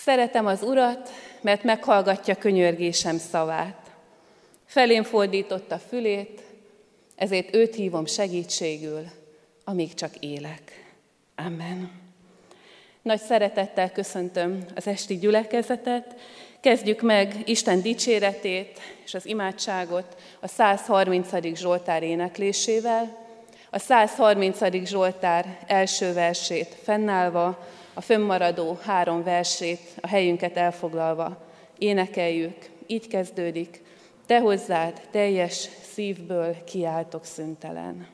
Szeretem az Urat, mert meghallgatja könyörgésem szavát. Felém fordította fülét, ezért őt hívom segítségül, amíg csak élek. Amen. Nagy szeretettel köszöntöm az esti gyülekezetet. Kezdjük meg Isten dicséretét és az imádságot a 130. Zsoltár éneklésével. A 130. Zsoltár első versét fennállva, a fönnmaradó 3 versét a helyünket elfoglalva énekeljük. Így kezdődik: Te hozzád teljes szívből kiáltok szüntelen.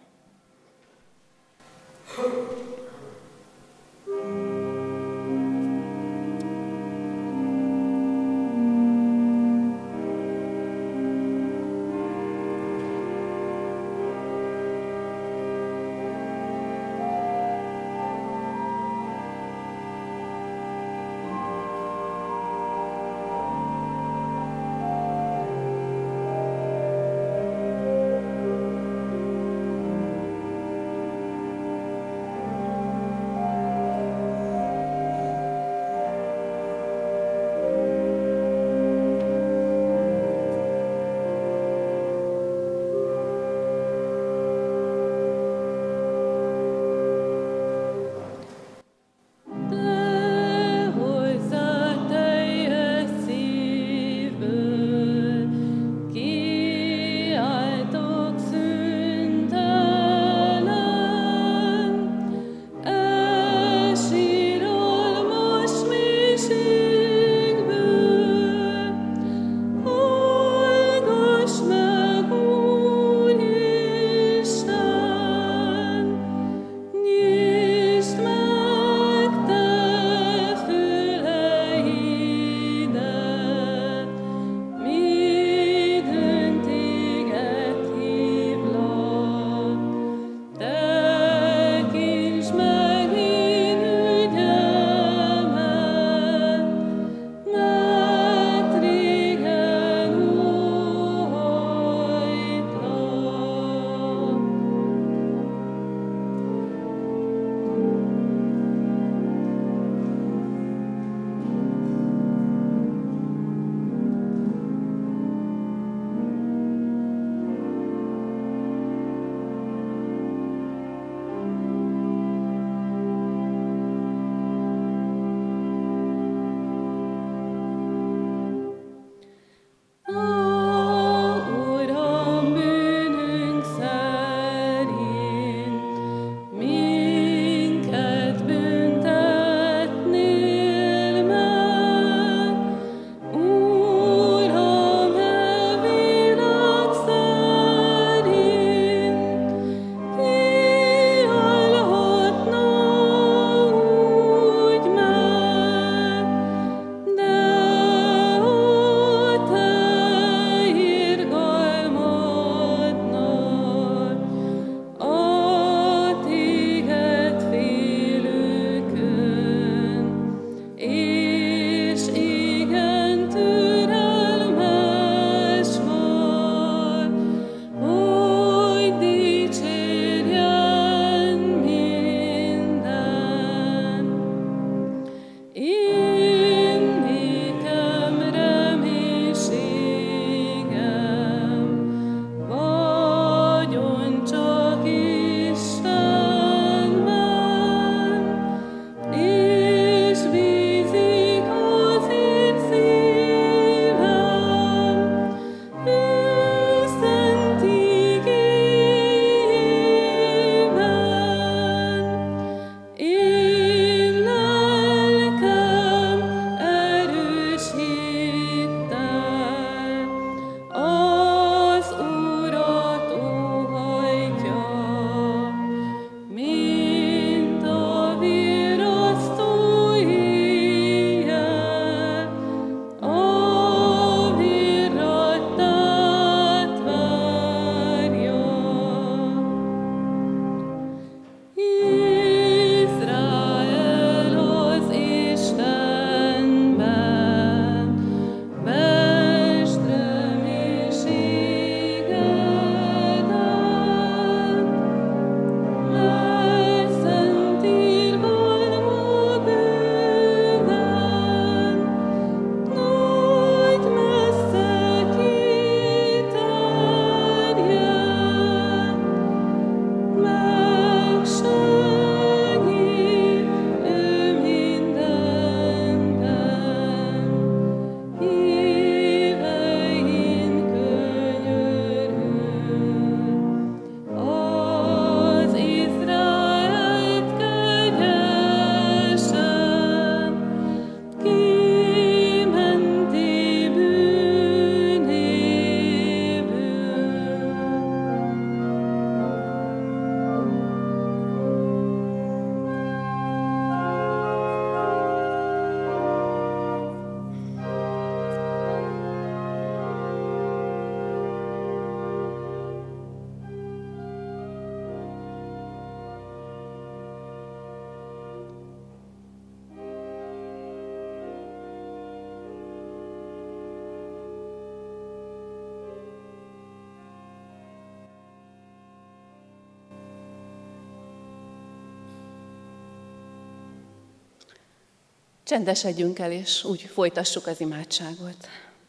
Csendesedjünk el, és úgy folytassuk az imádságot.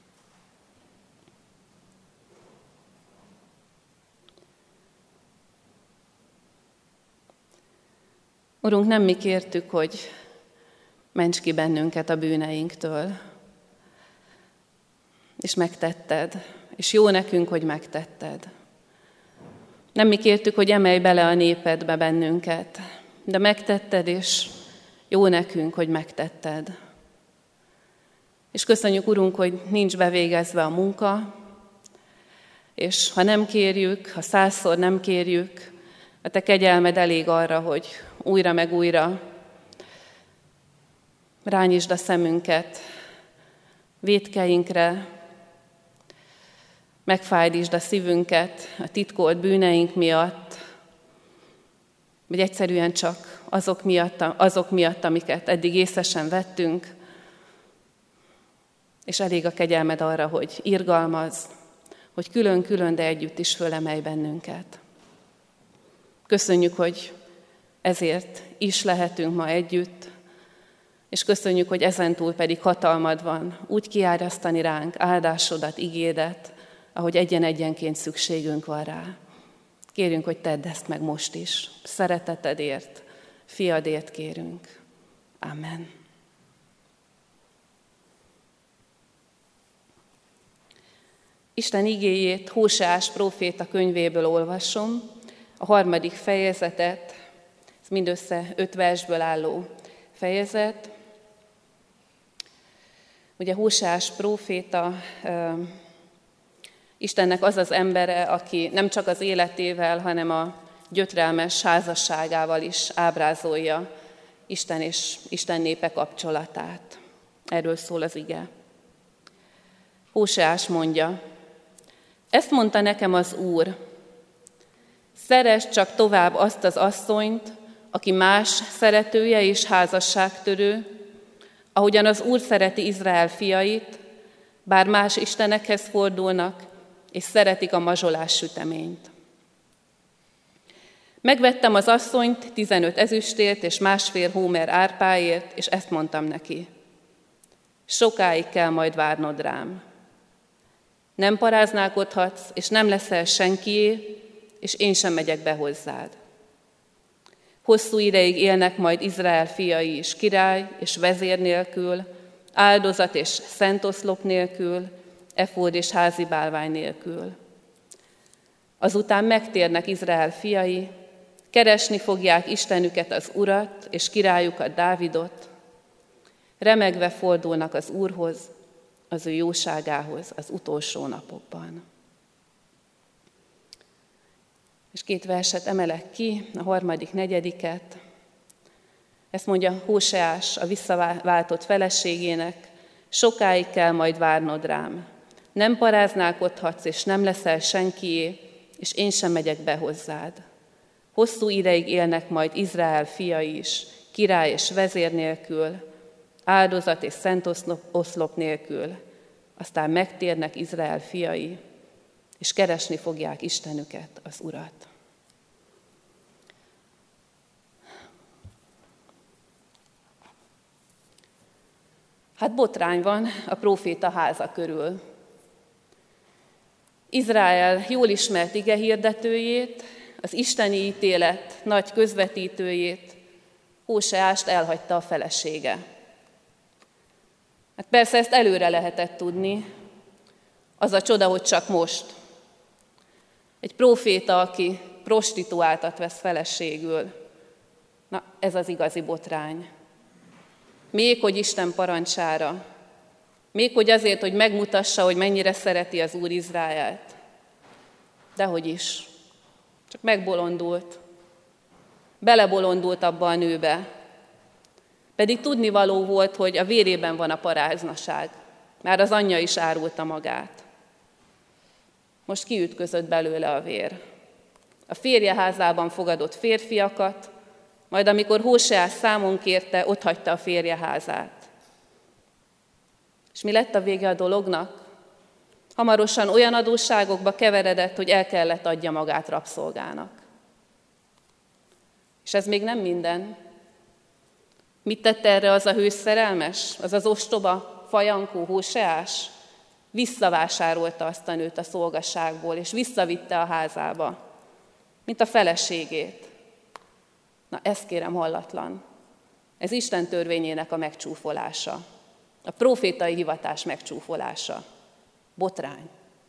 Urunk, nem mi kértük, hogy ments ki bennünket a bűneinktől, és megtetted, és jó nekünk, hogy megtetted. Nem mi kértük, hogy emelj bele a népedbe bennünket, de megtetted, és jó nekünk, hogy megtetted. És köszönjük, Urunk, hogy nincs bevégezve a munka, és ha nem kérjük, ha 100-szor nem kérjük, a te kegyelmed elég arra, hogy újra meg újra rányisd a szemünket vétkeinkre, megfájdítsd a szívünket a titkolt bűneink miatt, vagy egyszerűen csak azok miatt, amiket eddig észre sem vettünk, és elég a kegyelmed arra, hogy irgalmazz, hogy külön-külön, de együtt is fölemelj bennünket. Köszönjük, hogy ezért is lehetünk ma együtt, és köszönjük, hogy ezentúl pedig hatalmad van úgy kiárasztani ránk áldásodat, igédet, ahogy egyen-egyenként szükségünk van rá. Kérünk, hogy tedd ezt meg most is. Szeretetedért, fiadért kérünk. Amen. Isten igéjét Hóseás próféta könyvéből olvasom, a 3. fejezetet, ez mindössze 5 versből álló fejezet. Ugye Hóseás próféta Istennek az az embere, aki nem csak az életével, hanem a gyötrelmes házasságával is ábrázolja Isten és Isten népe kapcsolatát. Erről szól az ige. Hóseás mondja: ezt mondta nekem az Úr, szeresd csak tovább azt az asszonyt, aki más szeretője és házasságtörő, ahogyan az Úr szereti Izrael fiait, bár más istenekhez fordulnak, és szeretik a mazsolás süteményt. Megvettem az asszonyt 15 ezüstért és 1,5 hómer árpáért, és ezt mondtam neki: sokáig kell majd várnod rám. Nem paráználkodhatsz, és nem leszel senkié, és én sem megyek be hozzád. Hosszú ideig élnek majd Izrael fiai is király és vezér nélkül, áldozat és szent oszlop nélkül, efód és házi bálvány nélkül. Azután megtérnek Izrael fiai, keresni fogják Istenüket, az Urat, és királyukat, Dávidot. Remegve fordulnak az Úrhoz, az ő jóságához az utolsó napokban. És 2 verset emelek ki, a 3., 4. Ezt mondja Hóseás a visszaváltott feleségének: sokáig kell majd várnod rám. Nem paráználkodhatsz, és nem leszel senkié, és én sem megyek be hozzád. Hosszú ideig élnek majd Izrael fiai is, király és vezér nélkül, áldozat és szent oszlop nélkül. Aztán megtérnek Izrael fiai, és keresni fogják Istenüket, az Urat. Hát botrány van a próféta háza körül. Izrael jól ismert igehirdetőjét, az isteni ítélet nagy közvetítőjét, Hóseást elhagyta a felesége. Hát persze ezt előre lehetett tudni, az a csoda, hogy csak most. Egy próféta, aki prostituáltat vesz feleségül. Na, ez az igazi botrány. Még hogy Isten parancsára, még hogy azért, hogy megmutassa, hogy mennyire szereti az Úr Izraelt. Dehogy is. Csak megbolondult. Belebolondult abba a nőbe. Pedig tudnivaló volt, hogy a vérében van a paráznaság. Már az anyja is árulta magát. Most kiütközött belőle a vér. A férje házában fogadott férfiakat, majd amikor Hóseás számon kérte, otthagyta a férje házát. És mi lett a vége a dolognak? Hamarosan olyan adósságokba keveredett, hogy el kellett adja magát rabszolgának. És ez még nem minden. Mit tett erre az a hős szerelmes, az az ostoba, fajankó Hóseás? Visszavásárolta azt a nőt a szolgaságból, és visszavitte a házába, mint a feleségét. Na, ezt kérem hallatlan. Ez Isten törvényének a megcsúfolása. A profétai hivatás megcsúfolása. Botrány.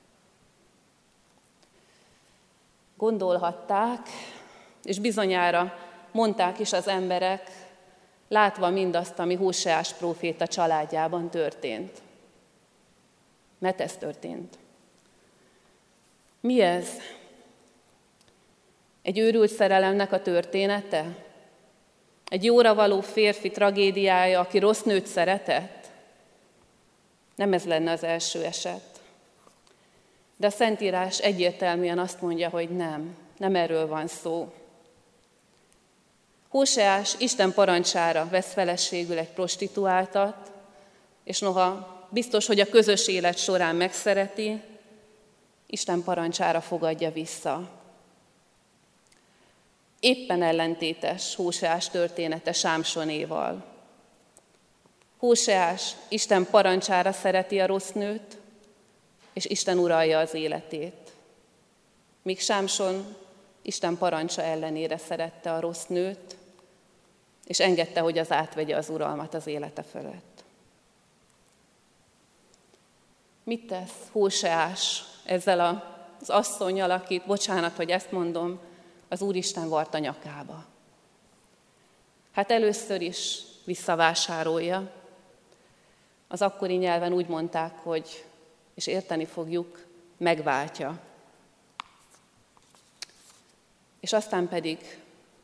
Gondolhatták, és bizonyára mondták is az emberek, látva mindazt, ami Hóseás próféta családjában történt. Mert ez történt. Mi ez? Egy őrült szerelemnek a története? Egy jóra való férfi tragédiája, aki rossz nőt szeretett? Nem ez lenne az első eset. De a Szentírás egyértelműen azt mondja, hogy nem erről van szó. Hóseás Isten parancsára vesz feleségül egy prostituáltat, és noha biztos, hogy a közös élet során megszereti, Isten parancsára fogadja vissza. Éppen ellentétes Hóseás története Sámsonéval. Hóseás Isten parancsára szereti a rossz nőt, és Isten uralja az életét. Míg Sámson Isten parancsa ellenére szerette a rossz nőt, és engedte, hogy az átvegye az uralmat az élete fölött. Mit tesz Hóseás ezzel az asszonnyal, akit, bocsánat, hogy ezt mondom, az Úristen vart a nyakába? Hát először is visszavásárolja. Az akkori nyelven úgy mondták, hogy, és érteni fogjuk, megváltja. És aztán pedig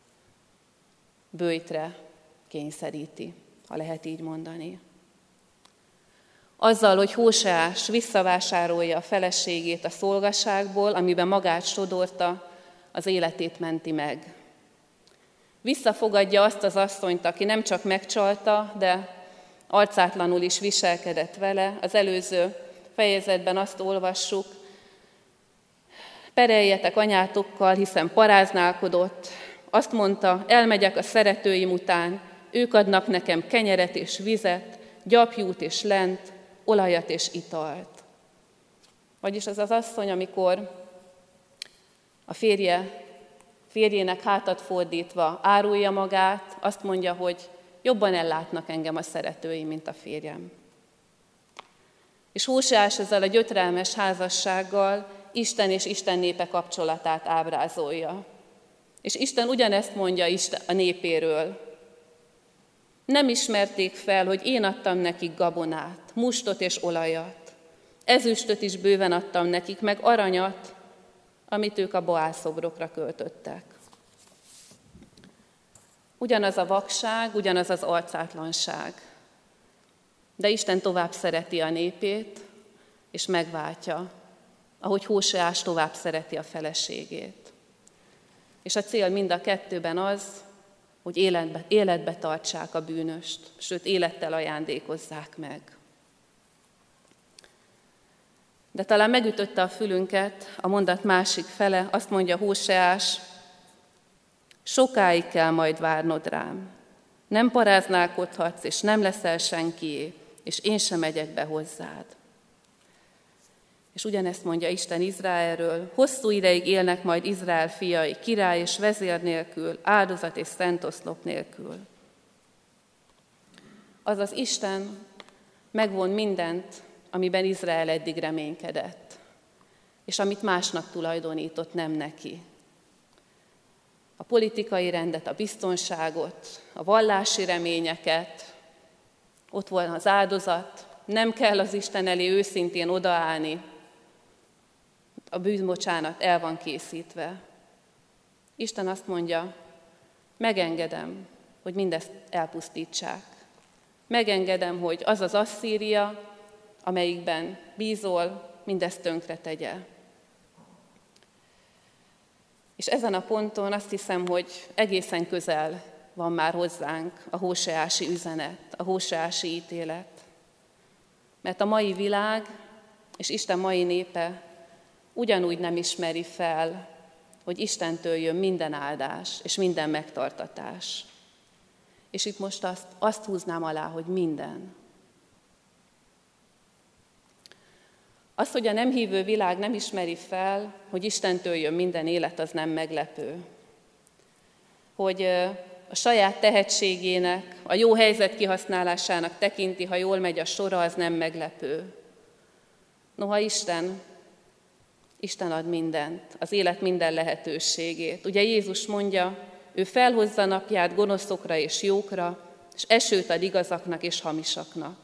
böjtre kényszeríti, ha lehet így mondani. Azzal, hogy Hóseás visszavásárolja a feleségét a szolgaságból, amiben magát sodorta, az életét menti meg. Visszafogadja azt az asszonyt, aki nem csak megcsalta, de arcátlanul is viselkedett vele. Az előző fejezetben azt olvassuk, pereljetek anyátokkal, hiszen paráználkodott. Azt mondta, elmegyek a szeretőim után, ők adnak nekem kenyeret és vizet, gyapjút és lent, olajat és italt. Vagyis az az asszony, amikor a férjének hátat fordítva árulja magát, azt mondja, hogy jobban ellátnak engem a szeretőim, mint a férjem. És Hóseás ezzel a gyötrelmes házassággal Isten és Isten népe kapcsolatát ábrázolja. És Isten ugyanezt mondja a népéről. Nem ismerték fel, hogy én adtam nekik gabonát, mustot és olajat. Ezüstöt is bőven adtam nekik, meg aranyat, amit ők a Baál szobrokra költöttek. Ugyanaz a vakság, ugyanaz az arcátlanság. De Isten tovább szereti a népét, és megváltja, ahogy Hóseás tovább szereti a feleségét. És a cél mind a kettőben az, hogy életbe tartsák a bűnöst, sőt, élettel ajándékozzák meg. De talán megütötte a fülünket a mondat másik fele, azt mondja Hóseás, sokáig kell majd várnod rám. Nem paráználkodhatsz, és nem leszel senkié, és én sem megyek be hozzád. És ugyanezt mondja Isten Izraelről, hosszú ideig élnek majd Izrael fiai, király és vezér nélkül, áldozat és szentoszlop nélkül. Azaz Isten megvon mindent, amiben Izrael eddig reménykedett, és amit másnak tulajdonított, nem neki. A politikai rendet, a biztonságot, a vallási reményeket, ott van az áldozat, nem kell az Isten elé őszintén odaállni, a bűnbocsánat el van készítve. Isten azt mondja, megengedem, hogy mindezt elpusztítsák. Megengedem, hogy az az Asszíria, amelyikben bízol, mindezt tönkre tegye. És ezen a ponton azt hiszem, hogy egészen közel van már hozzánk a hóseási üzenet, a hóseási ítélet. Mert a mai világ és Isten mai népe ugyanúgy nem ismeri fel, hogy Istentől jön minden áldás és minden megtartatás. És itt most azt húznám alá, hogy minden. Az, hogy a nem hívő világ nem ismeri fel, hogy Istentől jön minden élet, az nem meglepő. Hogy a saját tehetségének, a jó helyzet kihasználásának tekinti, ha jól megy a sora, az nem meglepő. Noha Isten ad mindent, az élet minden lehetőségét. Ugye Jézus mondja, ő felhozza napját gonoszokra és jókra, és esőt ad igazaknak és hamisaknak.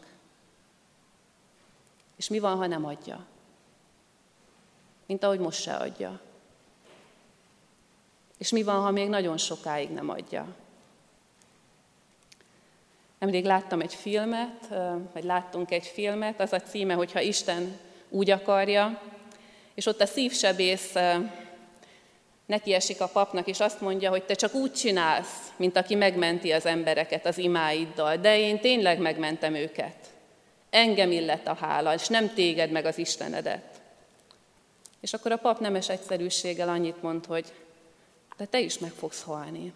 És mi van, ha nem adja? Mint ahogy most se adja. És mi van, ha még nagyon sokáig nem adja? Nemrég láttam egy filmet, vagy láttunk egy filmet, az a címe, hogyha Isten úgy akarja, és ott a szívsebész nekiesik a papnak, és azt mondja, hogy te csak úgy csinálsz, mint aki megmenti az embereket az imáiddal, de én tényleg megmentem őket. Engem illet a hála, és nem téged meg az Istenedet. És akkor a pap nemes egyszerűséggel annyit mond, hogy de te is meg fogsz halni.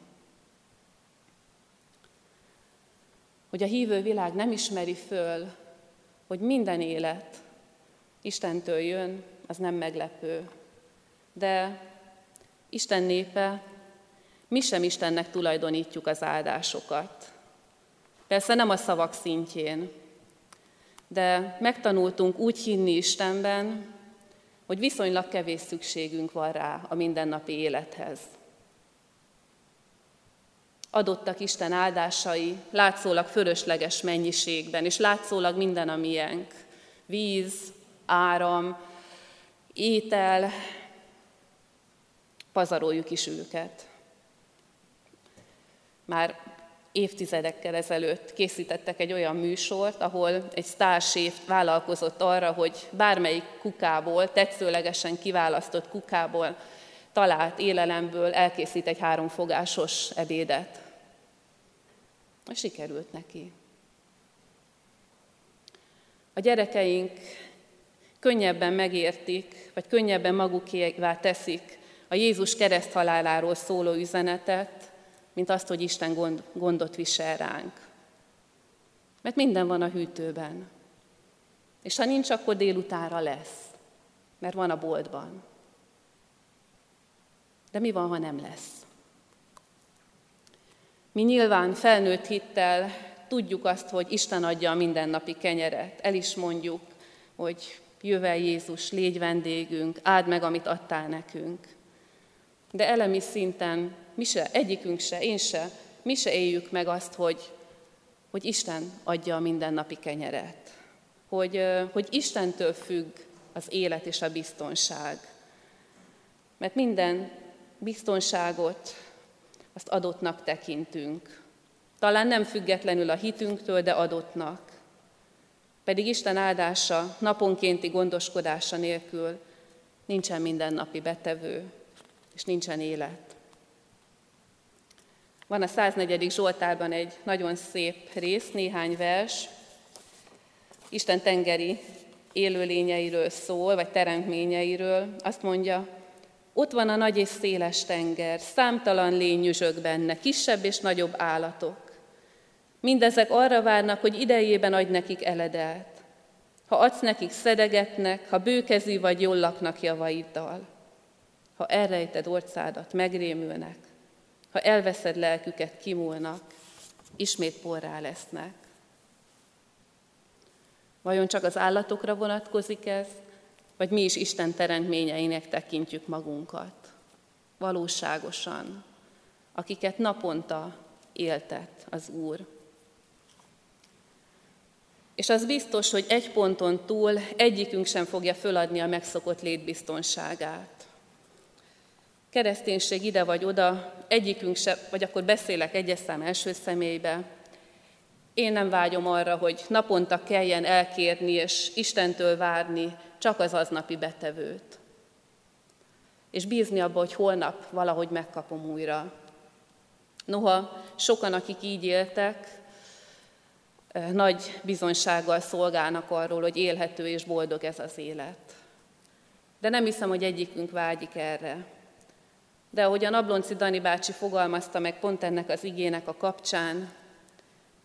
Hogy a hívő világ nem ismeri föl, hogy minden élet Istentől jön, az nem meglepő. De Isten népe, mi sem Istennek tulajdonítjuk az áldásokat. Persze nem a szavak szintjén, de megtanultunk úgy hinni Istenben, hogy viszonylag kevés szükségünk van rá a mindennapi élethez. Adottak Isten áldásai, látszólag fölösleges mennyiségben, és látszólag minden a miénk. Víz, áram, étel, pazaroljuk is őket. Már évtizedekkel ezelőtt készítettek egy olyan műsort, ahol egy sztárséf vállalkozott arra, hogy bármelyik kukából, tetszőlegesen kiválasztott kukából, talált élelemből elkészít egy 3 fogásos ebédet. Sikerült neki. A gyerekeink könnyebben megértik, vagy könnyebben magukévá teszik a Jézus kereszthaláláról szóló üzenetet, mint azt, hogy Isten gondot visel ránk. Mert minden van a hűtőben. És ha nincs, akkor délutánra lesz, mert van a boltban. De mi van, ha nem lesz? Mi nyilván felnőtt hittel tudjuk azt, hogy Isten adja a mindennapi kenyeret. El is mondjuk, hogy jöjj el Jézus, légy vendégünk, áld meg, amit adtál nekünk. De elemi szinten mi se, egyikünk se, én se, mi se éljük meg azt, hogy Isten adja a mindennapi kenyeret. Hogy Istentől függ az élet és a biztonság. Mert minden biztonságot azt adottnak tekintünk. Talán nem függetlenül a hitünktől, de adottnak. Pedig Isten áldása, naponkénti gondoskodása nélkül nincsen mindennapi betevő, és nincsen élet. Van a 104. Zsoltárban egy nagyon szép rész, néhány vers, Isten tengeri élőlényeiről szól, vagy teremtményeiről. Azt mondja, ott van a nagy és széles tenger, számtalan lény nyüzsög benne, kisebb és nagyobb állatok. Mindezek arra várnak, hogy idejében adj nekik eledelt. Ha adsz nekik, szedegetnek, ha bőkezű vagy, jól laknak javaiddal. Ha elrejted orcádat, megrémülnek. Ha elveszed lelküket, kimúlnak, ismét porrá lesznek. Vajon csak az állatokra vonatkozik ez, vagy mi is Isten teremtményeinek tekintjük magunkat? Valóságosan, akiket naponta éltet az Úr. És az biztos, hogy egy ponton túl egyikünk sem fogja föladni a megszokott létbiztonságát. Kereszténység ide vagy oda, egyikünk sem, vagy akkor beszélek egyes szám első személybe. Én nem vágyom arra, hogy naponta kelljen elkérni és Istentől várni csak az aznapi betevőt. És bízni abba, hogy holnap valahogy megkapom újra. Noha sokan, akik így éltek, nagy bizonysággal szolgálnak arról, hogy élhető és boldog ez az élet. De nem hiszem, hogy egyikünk vágyik erre. De ahogyan Ablonczy Dani bácsi fogalmazta meg pont ennek az igének a kapcsán,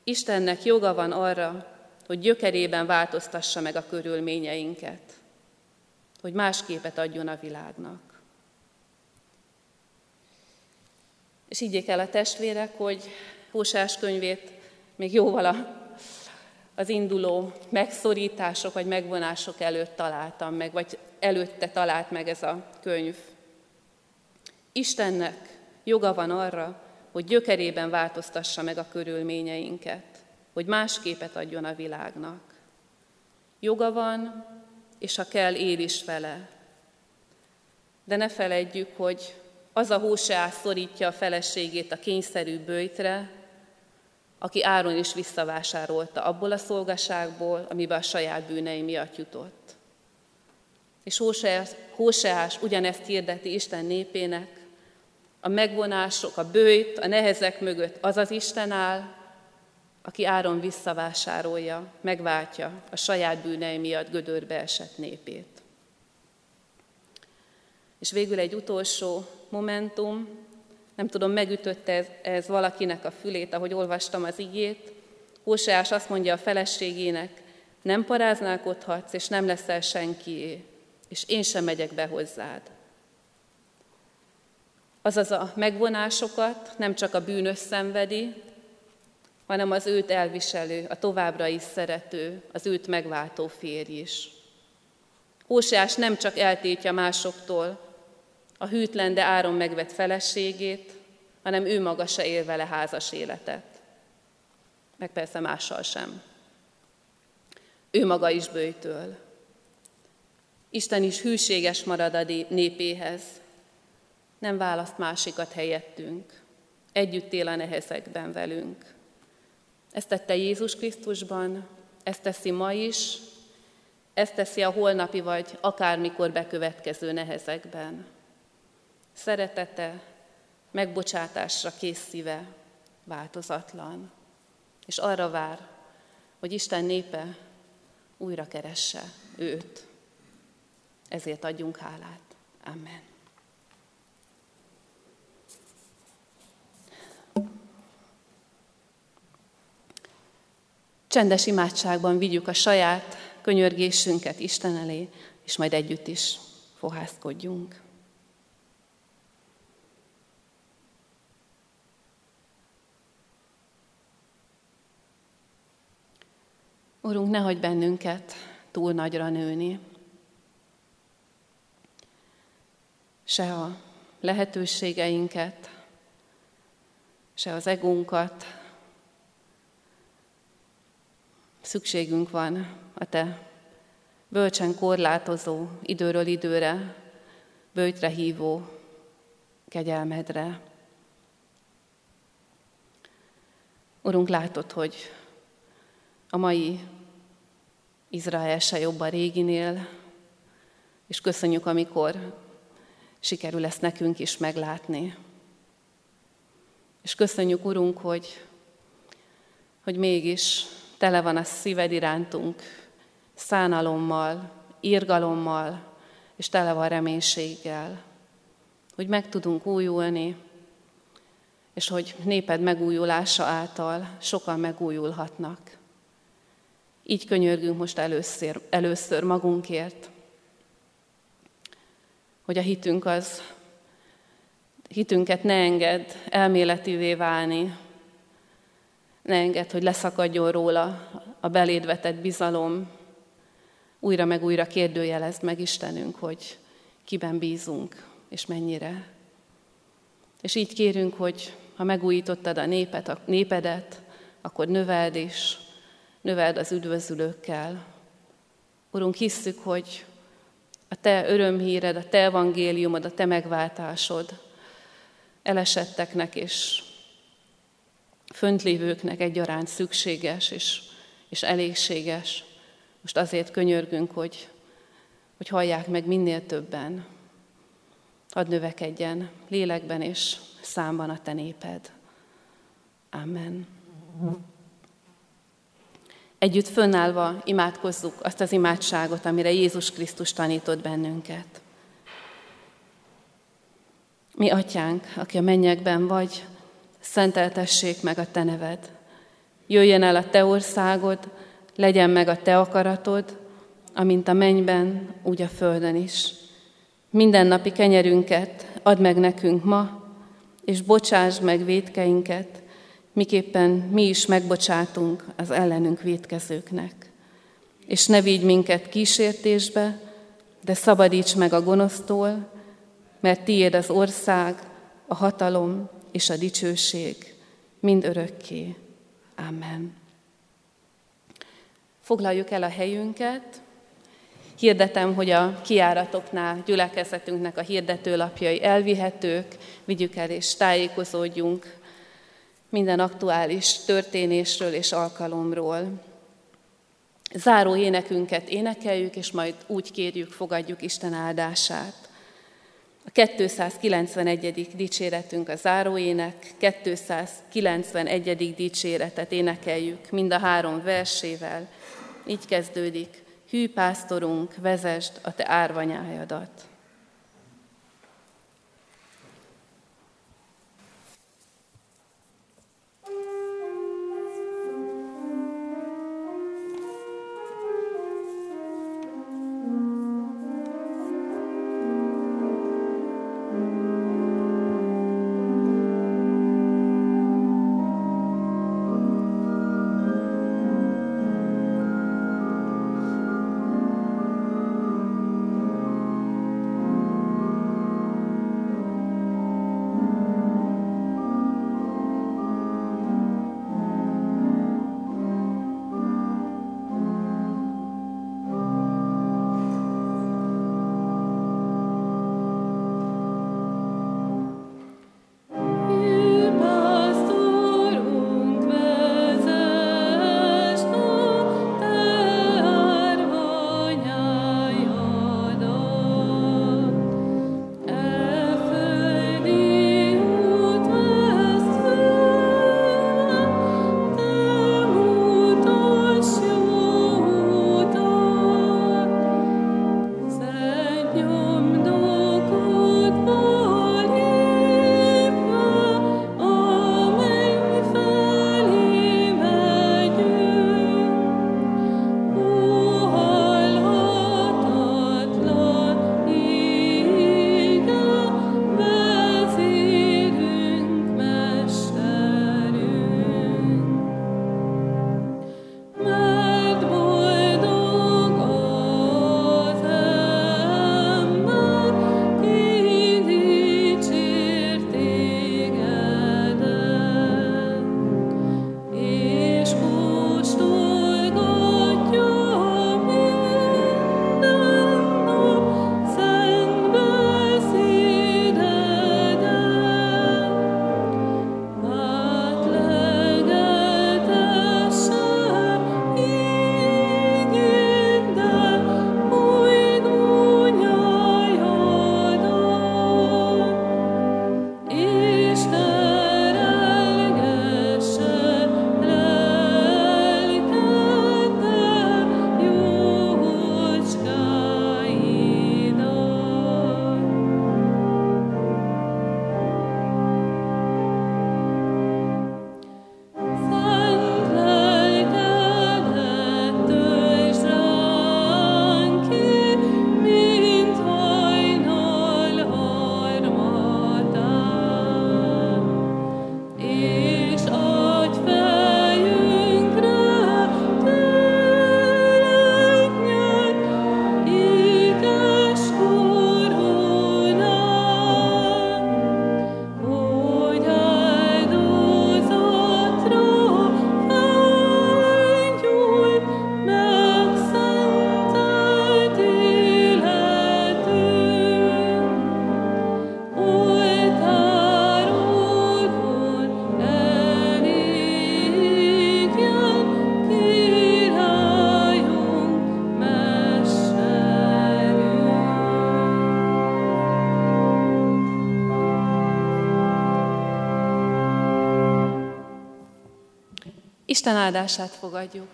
Istennek joga van arra, hogy gyökerében változtassa meg a körülményeinket, hogy más képet adjon a világnak. És higgyék el a testvérek, hogy Hóseás könyvét még jóval az induló megszorítások vagy megvonások előtt találtam meg, vagy előtte talált meg ez a könyv. Istennek joga van arra, hogy gyökerében változtassa meg a körülményeinket, hogy más képet adjon a világnak. Joga van, és ha kell, él is vele. De ne feledjük, hogy az a Hóseás szorítja a feleségét a kényszerű böjtre, aki áron is visszavásárolta abból a szolgaságból, amiben a saját bűnei miatt jutott. És Hóseás ugyanezt hirdeti Isten népének, a megvonások, a böjt, a nehezek mögött az az Isten áll, aki áron visszavásárolja, megváltja a saját bűnei miatt gödörbe esett népét. És végül egy utolsó momentum, nem tudom, megütötte ez valakinek a fülét, ahogy olvastam az igét. Hóseás azt mondja a feleségének, nem paráználkodhatsz, és nem leszel senkié, és én sem megyek be hozzád. Azaz a megvonásokat nem csak a bűnös szenvedi, hanem az őt elviselő, a továbbra is szerető, az őt megváltó férj is. Hóseás nem csak eltiltja másoktól a hűtlen, de áron megvett feleségét, hanem ő maga se él vele házas életet. Meg persze mással sem. Ő maga is böjtöl. Isten is hűséges marad a népéhez. Nem választ másikat helyettünk. Együtt él a nehezekben velünk. Ezt tette Jézus Krisztusban, ezt teszi ma is, ezt teszi a holnapi vagy akármikor bekövetkező nehezekben. Szeretete, megbocsátásra kész szíve, változatlan. És arra vár, hogy Isten népe újra keresse őt. Ezért adjunk hálát. Amen. Csendes imádságban vigyük a saját könyörgésünket Isten elé, és majd együtt is fohászkodjunk. Urunk, ne hagyj bennünket túl nagyra nőni, se a lehetőségeinket, se az egónkat. Szükségünk van a Te bölcsen korlátozó, időről időre, böjtre hívó kegyelmedre. Urunk, látod, hogy a mai Izrael se jobb a réginél, és köszönjük, amikor sikerül ezt nekünk is meglátni. És köszönjük, Urunk, hogy mégis tele van a szíved irántunk szánalommal, irgalommal, és tele van reménységgel, hogy meg tudunk újulni, és hogy néped megújulása által sokan megújulhatnak. Így könyörgünk most először magunkért, hogy a hitünket ne engedd elméletivé válni, ne engedd, hogy leszakadjon róla a beléd vetett bizalom. Újra meg újra kérdőjelezd meg, Istenünk, hogy kiben bízunk, és mennyire. És így kérünk, hogy ha megújítottad a népedet, akkor növeld is, növeld az üdvözülőkkel. Urunk, hisszük, hogy a Te örömhíred, a Te evangéliumod, a Te megváltásod elesetteknek és föntlévőknek egyaránt szükséges és elégséges. Most azért könyörgünk, hogy hallják meg minél többen. Hadd növekedjen lélekben és számban a Te néped. Amen. Együtt fönnállva imádkozzuk azt az imádságot, amire Jézus Krisztus tanított bennünket. Mi Atyánk, aki a mennyekben vagy, szenteltessék meg a Te neved. Jöjjön el a te országod, legyen meg a te akaratod, amint a mennyben, úgy a földön is. Mindennapi kenyerünket add meg nekünk ma, és bocsásd meg vétkeinket, miképpen mi is megbocsátunk az ellenünk vétkezőknek. És ne vigy minket kísértésbe, de szabadíts meg a gonosztól, mert tiéd az ország, a hatalom és a dicsőség mind örökké. Amen. Foglaljuk el a helyünket. Hirdetem, hogy a kijáratoknál gyülekezetünknek a hirdetőlapjai elvihetők, vigyük el és tájékozódjunk minden aktuális történésről és alkalomról. Záró énekünket énekeljük, és majd úgy kérjük, fogadjuk Isten áldását. A 291. dicséretünk a záróének, 291. dicséretet énekeljük mind a 3 versével. Így kezdődik: Hű pásztorunk, vezesd a te árvanyájadat. Isten áldását fogadjuk.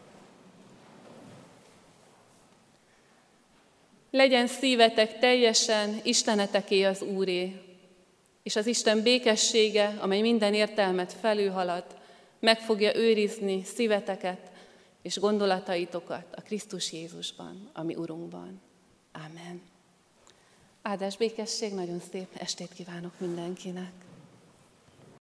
Legyen szívetek teljesen Isteneteké az Úré, és az Isten békessége, amely minden értelmet felülhalad, meg fogja őrizni szíveteket és gondolataitokat a Krisztus Jézusban, a mi Urunkban. Ámen. Áldás békesség, nagyon szép estét kívánok mindenkinek!